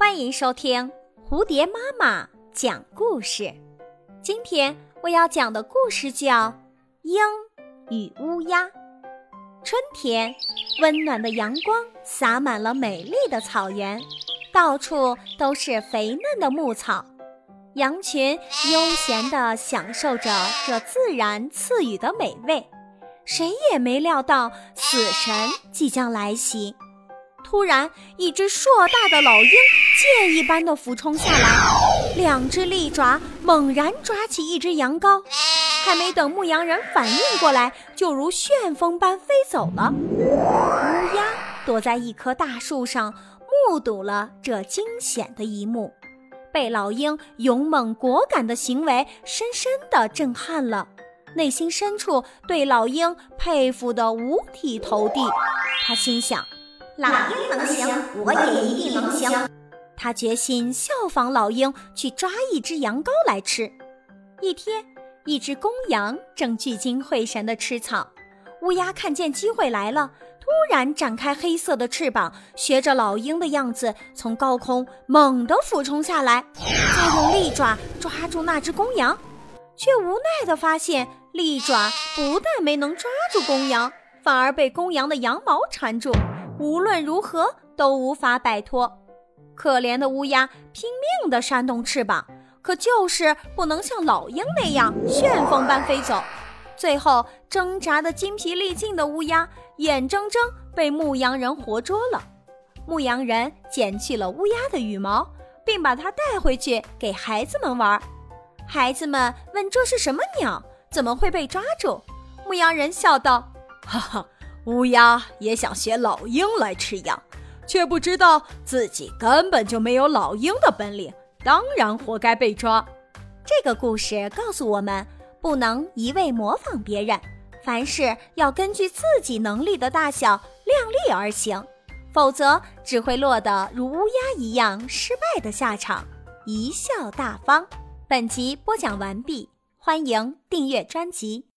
欢迎收听蝴蝶妈妈讲故事。今天我要讲的故事叫《鹰与乌鸦》。春天，温暖的阳光洒满了美丽的草原，到处都是肥嫩的牧草。羊群悠闲地享受着这自然赐予的美味，谁也没料到死神即将来袭。突然，一只硕大的老鹰箭一般的俯冲下来，两只利爪猛然抓起一只羊羔，还没等牧羊人反应过来，就如旋风般飞走了。乌鸦躲在一棵大树上，目睹了这惊险的一幕，被老鹰勇猛果敢的行为深深地震撼了，内心深处对老鹰佩服得五体投地。他心想， 老鹰能行，我也一定能行。 他决心效仿老鹰，去抓一只羊羔来吃。一天，一只公羊正聚精会神地吃草，乌鸦看见机会来了，突然展开黑色的翅膀，学着老鹰的样子从高空猛地俯冲下来，再用利爪抓住那只公羊，却无奈地发现利爪不但没能抓住公羊，反而被公羊的羊毛缠住，无论如何都无法摆脱。可怜的乌鸦拼命地扇动翅膀，可就是不能像老鹰那样旋风般飞走。最后挣扎得筋疲力尽的乌鸦眼睁睁被牧羊人活捉了。牧羊人剪去了乌鸦的羽毛，并把它带回去给孩子们玩。孩子们问这是什么鸟，怎么会被抓住？牧羊人笑道， 哈哈，乌鸦也想学老鹰来吃羊，却不知道自己根本就没有老鹰的本领，当然活该被抓。 这个故事告诉我们，不能一味模仿别人，凡事要根据自己能力的大小量力而行，否则只会落得如乌鸦一样失败的下场，贻笑大方。本集播讲完毕，欢迎订阅专辑。